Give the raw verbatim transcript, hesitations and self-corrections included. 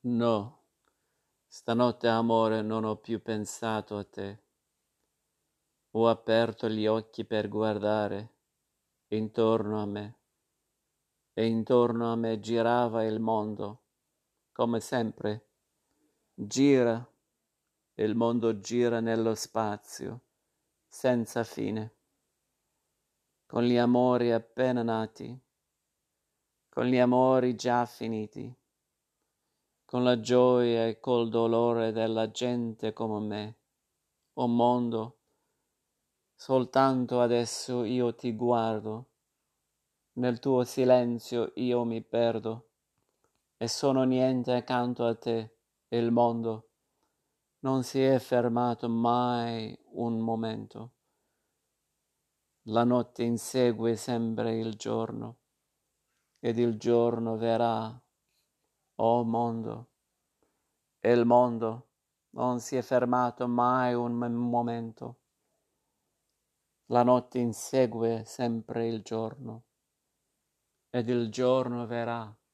No, stanotte amore non ho più pensato a te. Ho aperto gli occhi per guardare intorno a me e intorno a me girava il mondo, come sempre. Gira, il mondo gira nello spazio, senza fine, con gli amori appena nati, con gli amori già finiti, con la gioia e col dolore della gente come me. O mondo, soltanto adesso io ti guardo, nel tuo silenzio io mi perdo, e sono niente accanto a te, il mondo non si è fermato mai un momento. La notte insegue sempre il giorno, ed il giorno verrà, o mondo, e il mondo non si è fermato mai un momento. La notte insegue sempre il giorno, ed il giorno verrà.